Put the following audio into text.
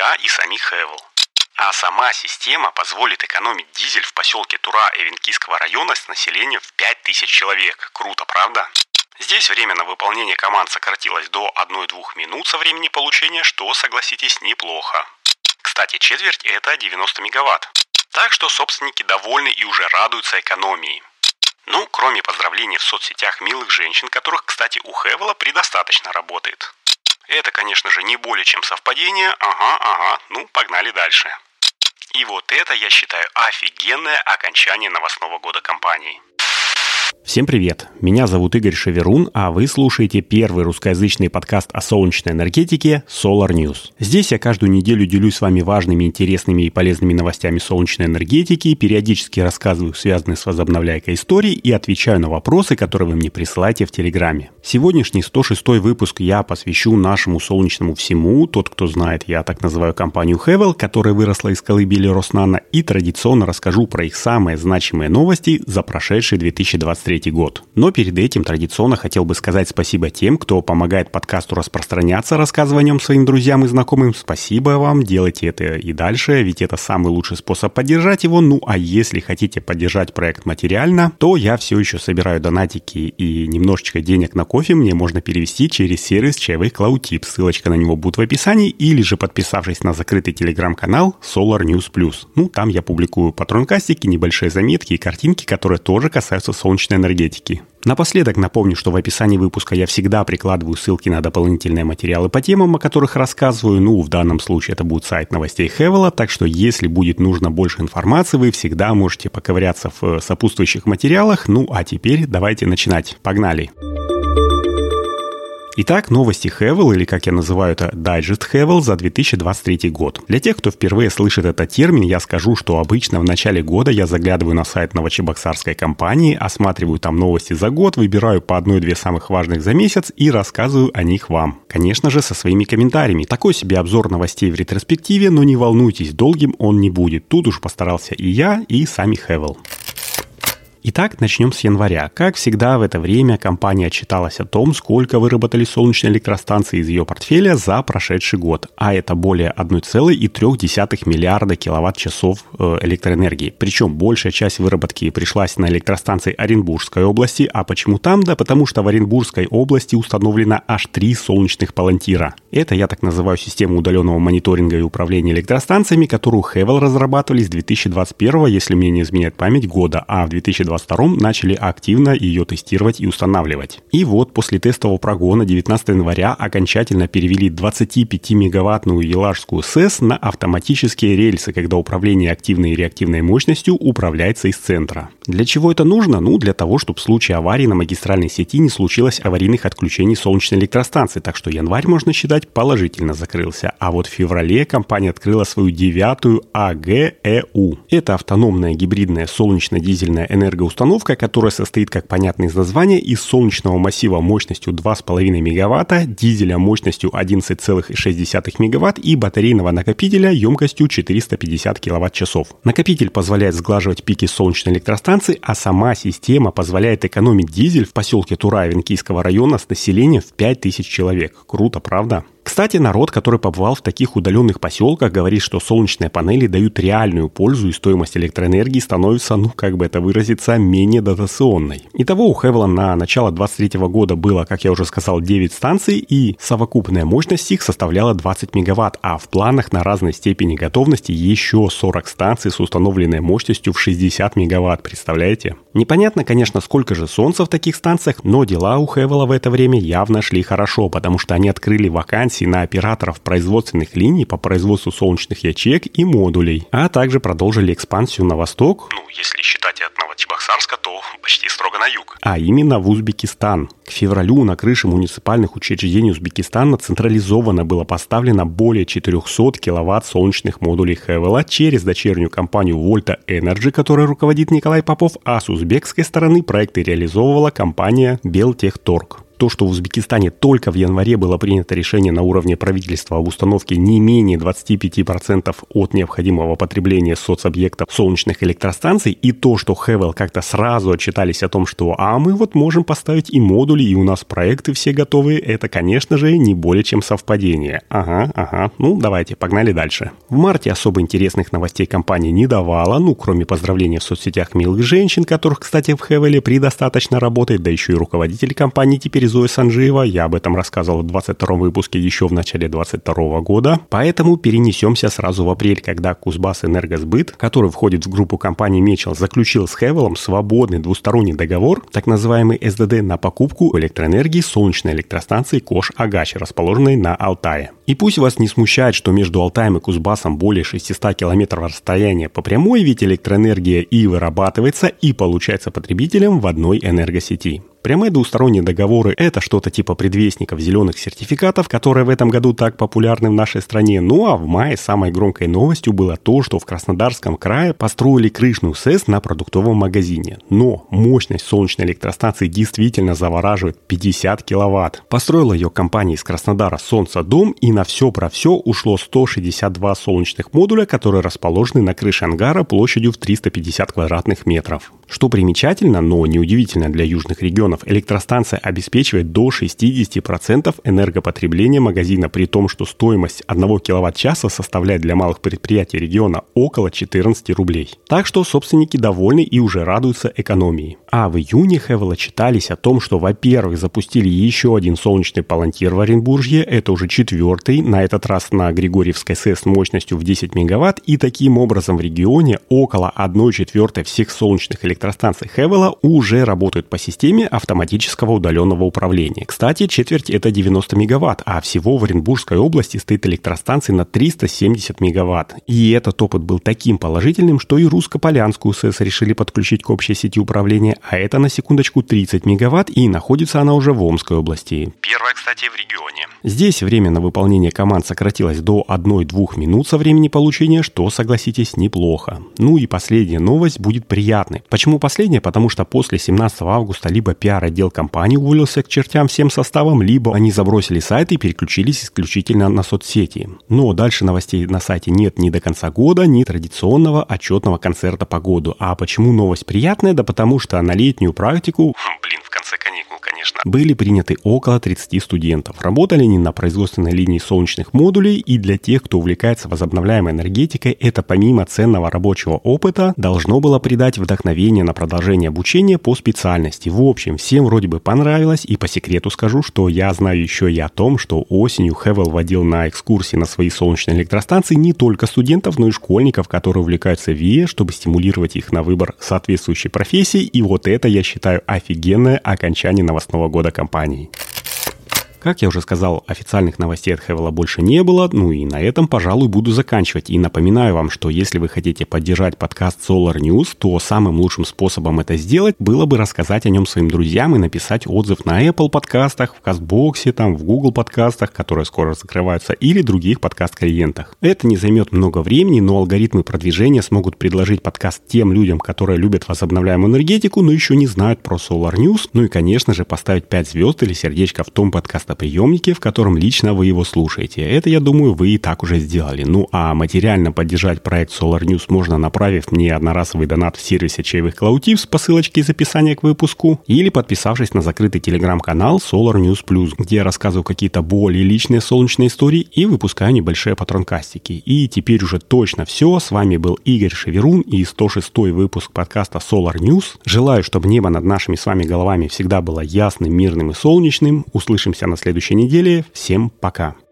себя и самих Хевел. А сама система позволит экономить дизель в поселке Тура Эвенкийского района с населением в 5000 человек. Круто, правда? Здесь время на выполнение команд сократилось до 1-2 минут со времени получения, что, согласитесь, неплохо. Кстати, четверть – это 90 мегаватт. Так что собственники довольны и уже радуются экономии. Ну, кроме поздравлений в соцсетях милых женщин, которых, кстати, у Хевела предостаточно работает. Это, конечно же, не более чем совпадение. Ну, погнали дальше. И вот это, я считаю, офигенное окончание новостного года компании. Всем привет! Меня зовут Игорь Шеверун, а вы слушаете первый русскоязычный подкаст о солнечной энергетике Solar News. Здесь я каждую неделю делюсь с вами важными, интересными и полезными новостями солнечной энергетики, периодически рассказываю связанные с возобновляйкой истории и отвечаю на вопросы, которые вы мне присылаете в Телеграме. Сегодняшний 106-й выпуск я посвящу нашему солнечному всему. Тот, кто знает, я так называю компанию Хевел, которая выросла из колыбели Роснано, и традиционно расскажу про их самые значимые новости за прошедший 2023 год. Но перед этим традиционно хотел бы сказать спасибо тем, кто помогает подкасту распространяться, рассказывая о нем своим друзьям и знакомым. Спасибо вам, делайте это и дальше, ведь это самый лучший способ поддержать его. Ну а если хотите поддержать проект материально, то я все еще собираю донатики и немножечко денег на кофе мне можно перевести через сервис чаевых CloudTip. Ссылочка на него будет в описании, или же подписавшись на закрытый телеграм-канал Solar News Plus. Ну, там я публикую патронкастики, небольшие заметки и картинки, которые тоже касаются солнечной энергетики. Напоследок напомню, что в описании выпуска я всегда прикладываю ссылки на дополнительные материалы по темам, о которых рассказываю. Ну, в данном случае это будет сайт новостей Хевела, так что если будет нужно больше информации, вы всегда можете поковыряться в сопутствующих материалах. Ну, а теперь давайте начинать. Погнали! Итак, новости Хевел, или как я называю это, Digest Хевел за 2023 год. Для тех, кто впервые слышит этот термин, я скажу, что обычно в начале года я заглядываю на сайт новочебоксарской компании, осматриваю там новости за год, выбираю по 1-2 самых важных за месяц и рассказываю о них вам. Конечно же, со своими комментариями. Такой себе обзор новостей в ретроспективе, но не волнуйтесь, долгим он не будет. Тут уж постарался и я, и сами Хевел. Итак, начнем с января. Как всегда, в это время компания отчиталась о том, сколько выработали солнечные электростанции из ее портфеля за прошедший год. А это более 1,3 миллиарда киловатт-часов электроэнергии. Причем большая часть выработки пришлась на электростанции Оренбургской области. А почему там? Да потому что в Оренбургской области установлено аж 3 солнечных палантира. Это я так называю систему удаленного мониторинга и управления электростанциями, которую Хевел разрабатывали с 2021, если мне не изменяет память, года, а в 2022 начали активно ее тестировать и устанавливать. И вот после тестового прогона 19 января окончательно перевели 25-мегаваттную елажскую СЭС на автоматические рельсы, когда управление активной и реактивной мощностью управляется из центра. Для чего это нужно? Ну, для того, чтобы в случае аварии на магистральной сети не случилось аварийных отключений солнечной электростанции, так что январь, можно считать, положительно закрылся. А вот в феврале компания открыла свою 9-ю АГЭУ. Это автономная гибридная солнечно-дизельная энергоустановка, которая состоит, как понятно из названия, из солнечного массива мощностью 2,5 мегаватта, дизеля мощностью 11,6 мегаватт и батарейного накопителя емкостью 450 киловатт-часов. Накопитель позволяет сглаживать пики солнечной электростанции, а сама система позволяет экономить дизель в поселке Тура Эвенкийского района с населением в 5000 человек. Круто, правда? Кстати, народ, который побывал в таких удаленных поселках, говорит, что солнечные панели дают реальную пользу и стоимость электроэнергии становится, как бы это выразиться, менее дотационной. Итого у Хевела на начало 2023 года было, как я уже сказал, 9 станций, и совокупная мощность их составляла 20 мегаватт, а в планах на разной степени готовности еще 40 станций с установленной мощностью в 60 мегаватт, представляете? Непонятно, конечно, сколько же солнца в таких станциях, но дела у Хевела в это время явно шли хорошо, потому что они открыли вакансии на операторов производственных линий по производству солнечных ячеек и модулей, а также продолжили экспансию на восток, если считать от Новочебоксарска, то почти строго на юг, а именно в Узбекистан. К февралю на крыши муниципальных учреждений Узбекистана централизованно было поставлено более 400 киловатт солнечных модулей Хевела через дочернюю компанию Volta Energy, которой руководит Николай Попов, а с узбекской стороны проекты реализовывала компания Белтехторг. то, что в Узбекистане только в январе было принято решение на уровне правительства об установке не менее 25% от необходимого потребления соцобъектов солнечных электростанций, и то, что Хевел как-то сразу отчитались о том, что мы вот можем поставить и модули, и у нас проекты все готовы, это, конечно же, не более чем совпадение. Ага. Ну, давайте, погнали дальше. В марте особо интересных новостей компания не давала, кроме поздравлений в соцсетях милых женщин, которых, кстати, в Хевеле предостаточно работает, да еще и руководитель компании теперь Зоя Санжиева. Я об этом рассказывал в 22-м выпуске еще в начале 22 года. Поэтому перенесемся сразу в апрель, когда Кузбассэнергосбыт, который входит в группу компании Мечел, заключил с Хевелом свободный двусторонний договор, так называемый СДД, на покупку электроэнергии солнечной электростанции Кош-Агач, расположенной на Алтае. И пусть вас не смущает, что между Алтаем и Кузбассом более 600 километров расстояния по прямой, ведь электроэнергия и вырабатывается, и получается потребителям в одной энергосети. Прямые двусторонние договоры – это что-то типа предвестников зеленых сертификатов, которые в этом году так популярны в нашей стране. Ну а в мае самой громкой новостью было то, что в Краснодарском крае построили крышную СЭС на продуктовом магазине. Но мощность солнечной электростанции действительно завораживает – 50 киловатт. Построила ее компания из Краснодара «Солнцедом», и на все про все ушло 162 солнечных модуля, которые расположены на крыше ангара площадью в 350 квадратных метров. Что примечательно, но неудивительно для южных регионов, электростанция обеспечивает до 60% энергопотребления магазина, при том, что стоимость 1 киловатт-часа составляет для малых предприятий региона около 14 рублей. Так что собственники довольны и уже радуются экономии. А в июне Хевел отчитались о том, что, во-первых, запустили еще один солнечный палантир в Оренбуржье, это уже 4-й, на этот раз на Григорьевской СЭС с мощностью в 10 мегаватт, и таким образом в регионе около 1/4 всех солнечных электростанций Хевела уже работают по системе автоматического удаленного управления. Кстати, четверть — это 90 мегаватт, а всего в Оренбургской области стоит электростанций на 370 мегаватт. И этот опыт был таким положительным, что и Русско-Полянскую СЭС решили подключить к общей сети управления, а это, на секундочку, 30 мегаватт, и находится она уже в Омской области. Первая, кстати, в регионе. Здесь время на выполнение команд сократилось до 1-2 минут со времени получения, что, согласитесь, неплохо. Ну и последняя новость будет приятной. Почему последняя? Потому что после 17 августа либо пиар-отдел компании уволился к чертям всем составом, либо они забросили сайт и переключились исключительно на соцсети. Но дальше новостей на сайте нет ни до конца года, ни традиционного отчетного концерта по году. А почему новость приятная? Да потому что на летнюю практику... в конце каникул, конечно. Были приняты около 30 студентов. Работали они на производственной линии солнечных модулей, и для тех, кто увлекается возобновляемой энергетикой, это помимо ценного рабочего опыта должно было придать вдохновение на продолжение обучения по специальности. В общем, всем вроде бы понравилось, и по секрету скажу, что я знаю еще и о том, что осенью Хевел водил на экскурсии на свои солнечные электростанции не только студентов, но и школьников, которые увлекаются ВИЭ, чтобы стимулировать их на выбор соответствующей профессии, и вот это, я считаю, офигенное окончание новостного года компании. Как я уже сказал, официальных новостей от Хевела больше не было, и на этом, пожалуй, буду заканчивать. И напоминаю вам, что если вы хотите поддержать подкаст Solar News, то самым лучшим способом это сделать было бы рассказать о нем своим друзьям и написать отзыв на Apple подкастах, в Кастбоксе, в Google подкастах, которые скоро закрываются, или других подкаст-клиентах. Это не займет много времени, но алгоритмы продвижения смогут предложить подкаст тем людям, которые любят возобновляемую энергетику, но еще не знают про Solar News. Ну и, конечно же, поставить 5 звезд или сердечко в том подкастоприемнике, в котором лично вы его слушаете. Это, я думаю, вы и так уже сделали. Ну а материально поддержать проект Solar News можно, направив мне одноразовый донат в сервисе чаевых Cloudtips по ссылочке из описания к выпуску, или подписавшись на закрытый телеграм-канал Solar News Plus, где я рассказываю какие-то более личные солнечные истории и выпускаю небольшие патронкастики. И теперь уже точно все. С вами был Игорь Шеверун и 106-й выпуск подкаста Solar News. Желаю, чтобы небо над нашими с вами головами всегда было ясным, мирным и солнечным. Услышимся на следующей неделе. Всем пока.